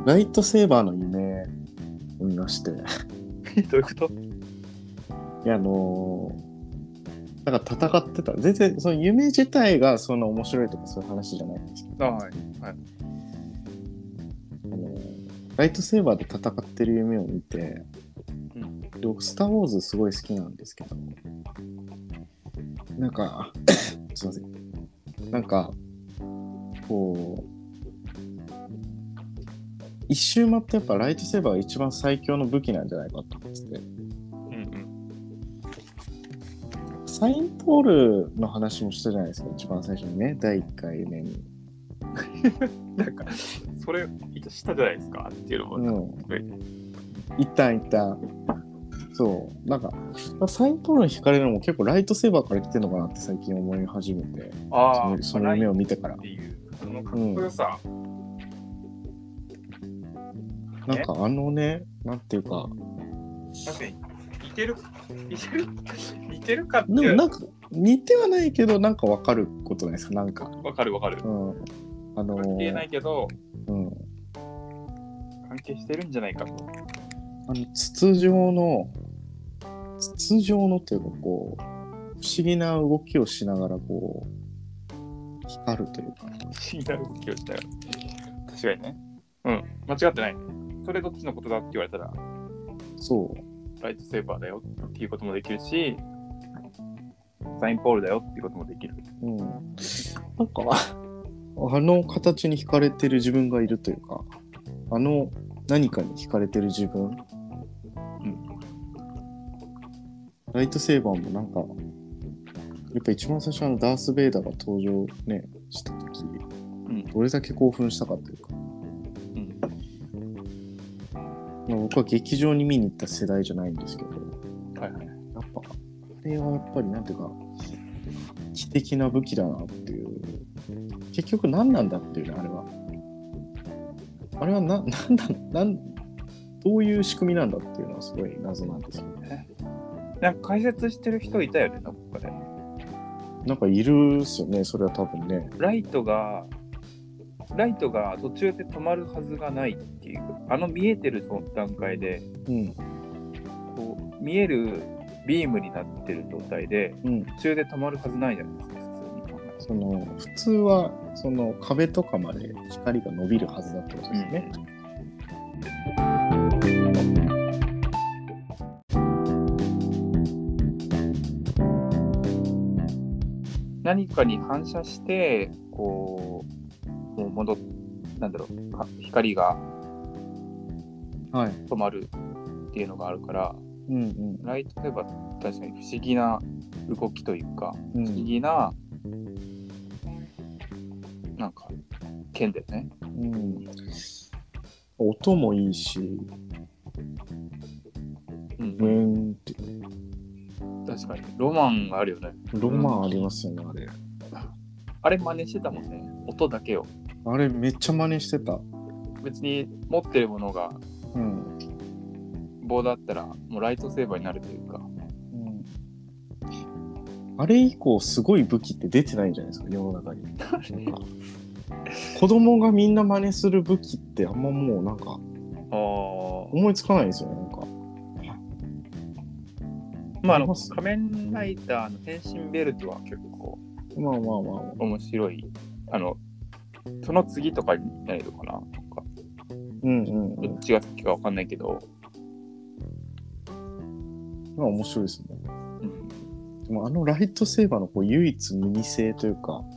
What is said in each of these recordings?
ライトセーバーの夢を見まして。どういうこと？ いや、なんか戦ってた。全然、その夢自体がその面白いとかそういう話じゃないんですけど。 はい。はい。 ライトセーバーで戦ってる夢を見て、僕、スター・ウォーズすごい好きなんですけど、なんか、すいません。なんか、こう、一周回ってやっぱライトセーバーが一番最強の武器なんじゃないかと思ってて。サインポールの話もしたじゃないですか、一番最初にね、第1回目に。 なんか、それ、したじゃないですかっていうのも、 一旦。そう。なんか、サインポールに惹かれるのも結構ライトセーバーから来てるのかなって最近思い始めて。その夢を見てから。 っていう、そのかっこよさ。 なんかなんていうか。 確かに、似てるかっていう。 でもなんか、似てはないけど、なんかわかることないですか、なんか。 わかる。関係ないけど、関係してるんじゃないかと。 筒状のっていうかこう、不思議な動きをしながらこう、光るというか。 不思議な動きをしたよ。確かにね。間違ってない。それどっちのことだって言われたら、 そう。 ライトセーバーだよっていうこともできるし、サインポールだよっていうこともできる。 なんか、あの形に惹かれてる自分がいるというか、何かに惹かれてる自分。ライトセーバーもなんか、やっぱ一番最初ダース・ベイダーが登場ね、したとき、どれだけ興奮したかというか。僕は劇場に見に行った世代じゃないんですけど、やっぱ、あれはやっぱりなんていうか、知的な武器だなっていう。結局何なんだっていうね、あれは。あれはどういう仕組みなんだっていうのはすごい謎なんですよね。 なんか解説してる人いたよね、どっかで。 なんかいるっすよね、それは多分ね。 ライトが途中で止まるはずがないっていう、見えてる段階で、こう見えるビームになってる状態で、途中で止まるはずないじゃないですか、 普通はその壁とかまで光が伸びるはずだってことですね。 何かに反射してこうもう光が止まるっていうのがあるから、ライトセーバー確かに不思議な動きというか、不思議ななんか剣だよね。 音もいいし、 確かにロマンがあるよね。 ロマンありますよね、あれ。 あれ真似してたもんね、音だけを。 あれめっちゃ真似してた。 別に持ってるものが、棒だったらもうライトセーバーになるというか。 あれ以降すごい武器って出てないんじゃないですか、世の中に。なんか子供がみんな真似する武器ってあんまもうなんか思いつかないですよね、なんか。 仮面ライダーの変身ベルトは結構面白い。その次とかになるのかな、どっちが先か分かんないけど、 面白いですね。でもライトセーバーのこう唯一無二性というか、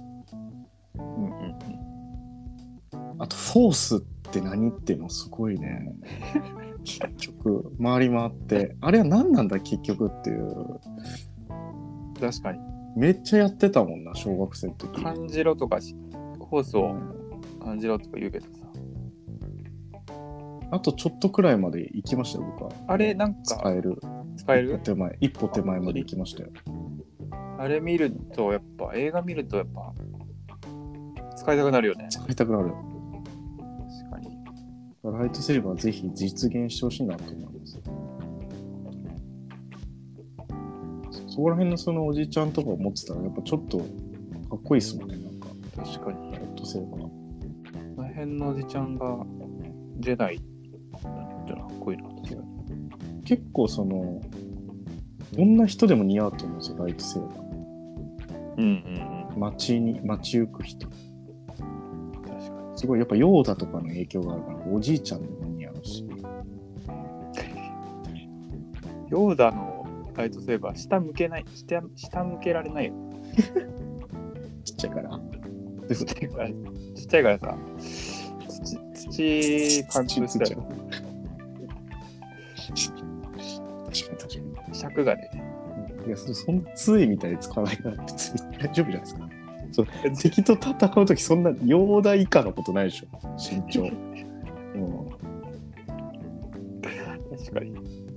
あとフォースって何っていうのすごいね。結局回り回ってあれは何なんだ結局っていう。 確かにめっちゃやってたもんな、小学生の時。 感じろとかコースを感じろとか言うけどさ、 あとちょっとくらいまで行きましたよ、僕は。 あれなんか使える一歩手前まで行きましたよ。 あれ見るとやっぱ映画見るとやっぱ使いたくなるよね。 使いたくなる。 確かに。 ライトセーバーぜひ実現してほしいなと思います。そこら辺のそのおじちゃんとか持ってたらやっぱちょっとかっこいいですもんね、なんか。 確かに。 ライトセーバー。 この辺のおじちゃんがジェダイなんてのはこういうの確かに結構そのどんな人でも似合うと思うんですよ、ライトセーバー。 うんうんうん。 街行く人。 確かに。 すごいやっぱヨーダとかの影響があるから、おじいちゃんでも似合うし。 ヨーダのライトセーバー下向けられないよ。 ちっちゃいから。 ちっちゃいからさ、土貫通したよ。 確かに。 尺がね。 いや、そんな杖みたいに使わないから別に大丈夫じゃないですか。そう敵と戦うときそんなヨーダ以下のことないでしょ、身長。 確かに。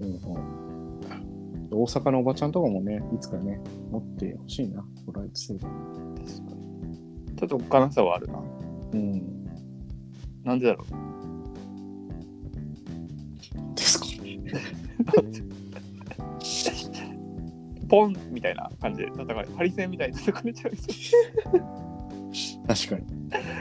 大阪のおばちゃんとかもね、いつかね、持ってほしいな、ライトセーバー。 確かに。ちょっとおっかなさはあるな。 うん。 なんでだろう。ですかね。 ポンみたいな感じで戦われ、ハリセンみたいに戦われちゃう。 確かに。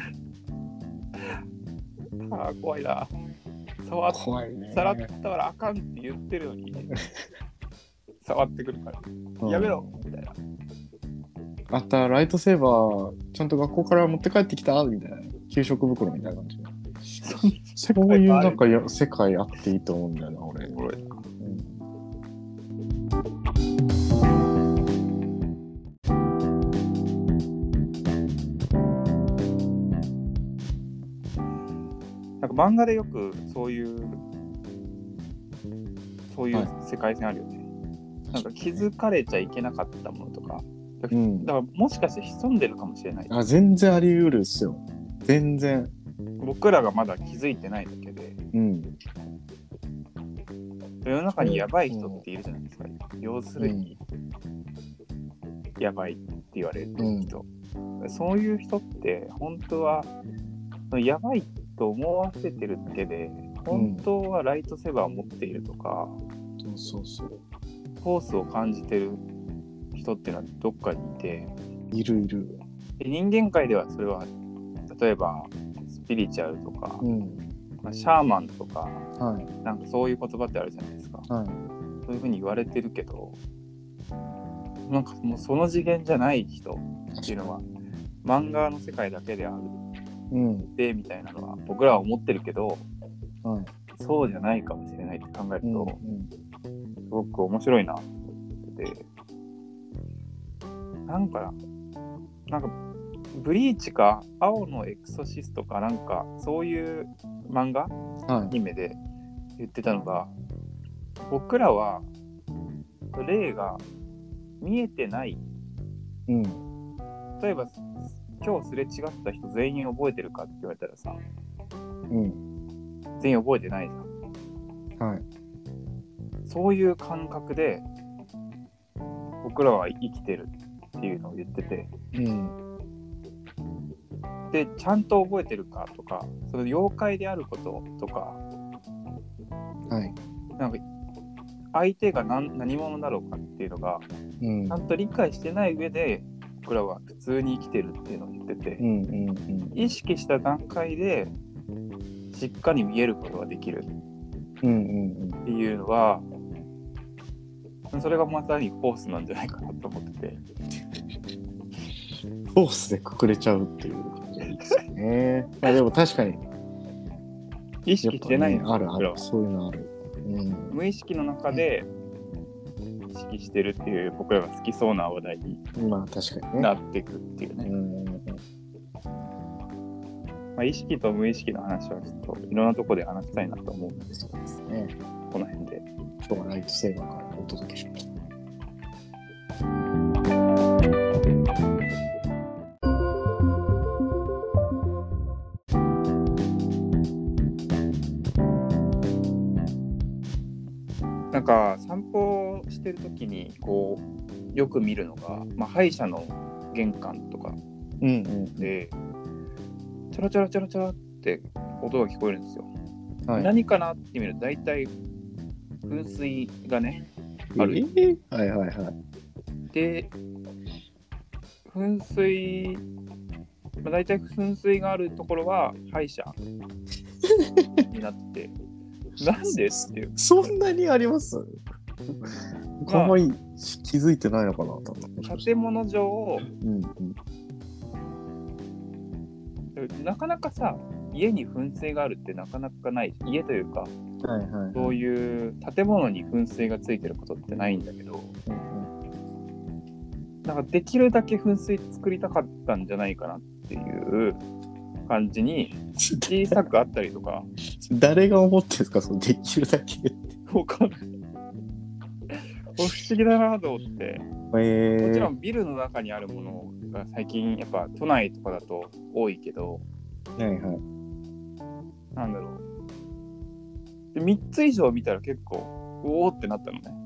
ああ、怖いな。 怖いね。 触ったらあかんって言ってるのに、触ってくるから、やめろみたいな。 あったライトセーバーちゃんと学校から持って帰ってきたみたいな、給食袋みたいな感じで。そういうなんか世界あっていいと思うんだよな、俺。 なんか漫画でよくそういう世界線あるよね。はい、なんか気づかれちゃいけなかったものとか、だからもしかして潜んでるかもしれない。 あ、全然あり得るっすよ。全然。 僕らがまだ気づいてないだけで。世の中にやばい人っているじゃないですか。要するに、やばいって言われる人。そういう人って本当はやばいと思わせてるだけで、本当はライトセーバーを持っているとか、フォースを感じてる人っていうのはどっかにいて、 いる。 人間界ではそれは例えばスピリチュアルとか、シャーマンとか、なんかそういう言葉ってあるじゃないですか。そういう風に言われてるけど、なんかもうその次元じゃない人っていうのは漫画の世界だけであるでみたいなのは僕らは思ってるけど、そうじゃないかもしれないって考えると、すごく面白いなって。なんかブリーチか青のエクソシストかなんかそういう漫画、アニメで言ってたのが、僕らは霊が見えてない。例えば今日すれ違った人全員覚えてるかって言われたらさ、全員覚えてないじゃん。そういう感覚で僕らは生きてるっていうのを言ってて、でちゃんと覚えてるかとか、その妖怪であることとか、なんか相手が何者だろうかっていうのが、ちゃんと理解してない上で僕らは普通に生きてるっていうのを言ってて、意識した段階でしっかり見えることができるっていうのは、それがまさにフォースなんじゃないかなと思ってて。 フォースでくくれちゃうっていう感じですね。でも確かに意識してないんですよ、 あるそういうのある。 無意識の中で意識してるっていう僕らが好きそうな話題になっていくっていうね。意識と無意識の話はちょっといろんなところで話したいなと思うんですけど、この辺で今日はライトセーバーからお届けしました。 なんか散歩してるときにこうよく見るのが、歯医者の玄関とかで、チョロチョロチョロチョロって音が聞こえるんですよ。何かなって見ると大体噴水がねある。で噴水、大体噴水があるところは歯医者にになって、なんでっていう。 そんなにあります？かわいい、気づいてないのかなと思って。 建物上、なかなかさ、家に噴水があるってなかなかない。家というか、そういう建物に噴水がついてることってないんだけど、なんかできるだけ噴水作りたかったんじゃないかなっていう感じに小さくあったりとか。 誰が思ってるんですか、そのできるだけって。 わかんない。不思議だなと思って。もちろんビルの中にあるものが最近やっぱ都内とかだと多いけど、なんだろう。で3つ以上見たら結構おおってなったのね。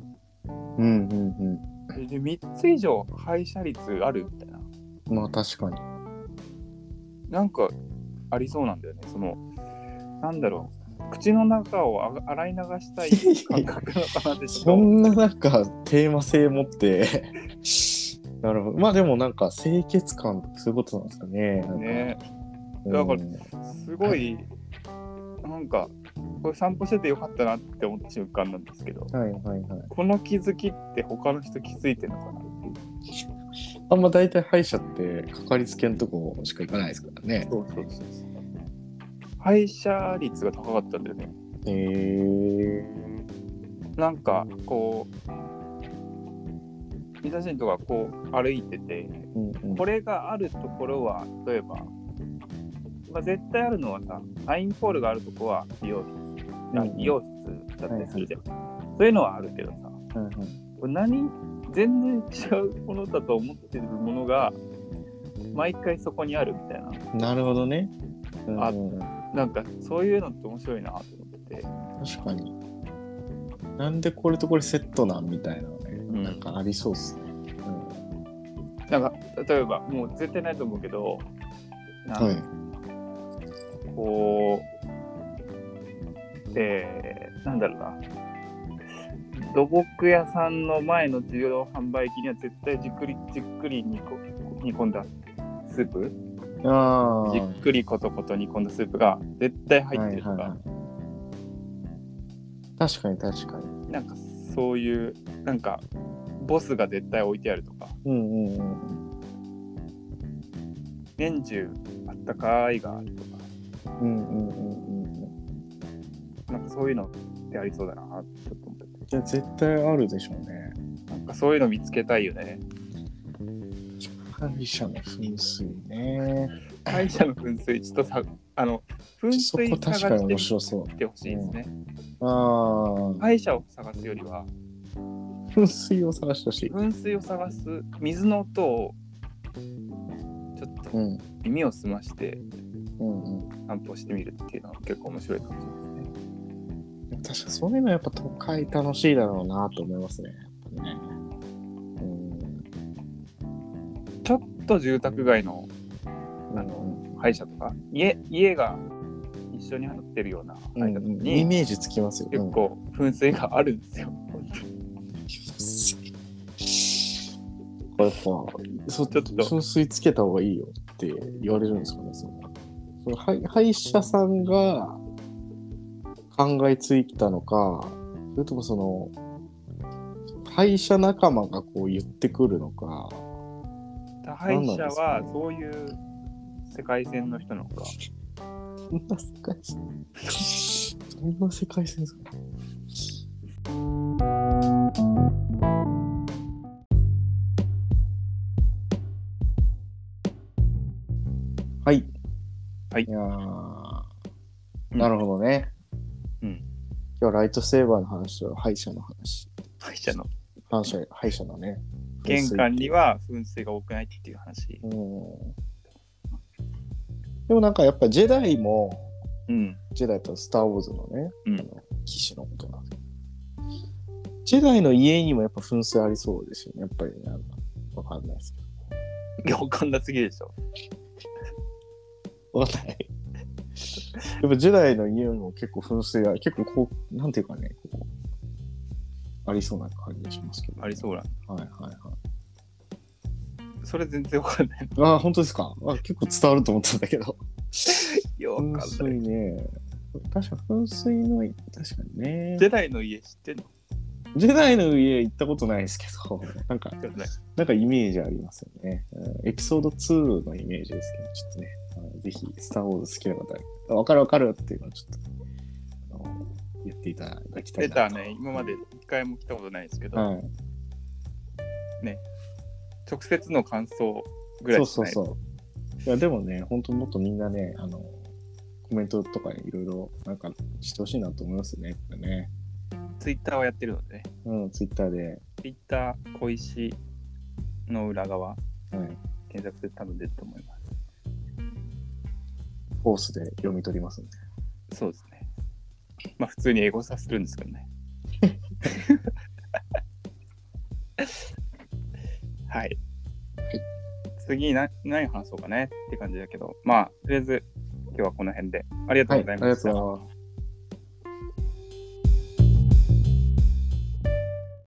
で3つ以上廃車率あるみたいな。 まあ確かに。 なんかありそうなんだよね。そのなんだろう。口の中を洗い流したい感覚なのかなってそんななんかテーマ性持ってなるほど。まあでもなんか清潔感とかそういうことなんですかね。 ね。だからすごいなんかこれ散歩しててよかったなって思った瞬間なんですけど、この気づきって他の人気づいてるのかなっていう。 あんま大体歯医者ってかかりつけのとこしか行かないですからね。 そう。廃車率が高かったんだよね。なんかこう、三田人とかこう歩いてて、これがあるところは例えば、まあ、絶対あるのはさ、サインポールがあるところは美容室だったりするじゃん。そういうのはあるけどさ、これ全然違うものだと思ってるものが毎回そこにあるみたいな。 なるほどね。 なんかそういうのって面白いなと思ってて。 確かに。なんでこれとこれセットなんみたいなのね、なんかありそうっすね。 なんか例えばもう絶対ないと思うけど、こうなんだろうな。土木屋さんの前の自動販売機には絶対じっくり煮込んだスープ、じっくりコトコト煮込んだスープが絶対入ってるとか、 確かになんかそういうなんかボスが絶対置いてあるとか、年中あったかいがあるとか、なんかそういうのってありそうだなちょっと思って。 じゃあ絶対あるでしょうね。 なんかそういうの見つけたいよね。 歯医者の噴水ね。 歯医者の噴水ちょっとさ、噴水探してほしいですね。歯医者を探すよりは噴水を探してほしい。 噴水を探す、水の音をちょっと耳を澄まして散歩してみるっていうのは結構面白いかもしれないですね。 確かにそういうのはやっぱ都会楽しいだろうなと思いますね。 ちょっと住宅街の歯医者とか家が一緒に入ってるような歯医者とかにイメージつきますよ。 結構噴水があるんですよ。 やっぱ噴水つけた方がいいよって言われるんですかね。その歯医者さんが考えついたのか、それともその歯医者仲間がこう言ってくるのか。 歯医者はそういう世界線の人なのか。 そんな世界線どんな世界線ですか。はい。いやなるほどね。今日はライトセーバーの話と歯医者の話。歯医者のね。 玄関には噴水が多くないっていう話。 でもなんかやっぱジェダイも、ジェダイとスターウォーズのね、騎士のことなんですけど、ジェダイの家にもやっぱ噴水ありそうですよね。やっぱりなんかわかんないですけど。わかんなすぎでしょ。 わかんない。やっぱジェダイの家にも結構噴水が結構こうなんていうかね、こうありそうな感じがしますけど、 ありそうな。 はい。 それ全然わかんない。 本当ですか。結構伝わると思ったんだけど。 よくわかんない。 ね。 確か噴水の、確かにね。 ジェダイの家知ってんの？ ジェダイの家行ったことないですけど、なんかイメージありますよね。エピソード2のイメージですけど、ちょっとね、ぜひ、スター・ウォーズ好きな方、わかるわかるっていうのをちょっと、言っていただきたいなと。 出たね、今まで一回も来たことないですけど、はい、ね、直接の感想ぐらいしかない。 いや、でもね、本当もっとみんなね、コメントとかいろいろなんかしてほしいなと思いますね、これね。 ツイッターをやってるのでね。 うん、ツイッターで。 ツイッター小石の裏側、はい、検索で多分出ると思います。 フォースで読み取りますんで。 そうですね。まあ普通にエゴサするんですけどね。はい。次何話そうかねって感じだけど、まあとりあえず今日はこの辺でありがとうございました。 はい、ありがとうございます。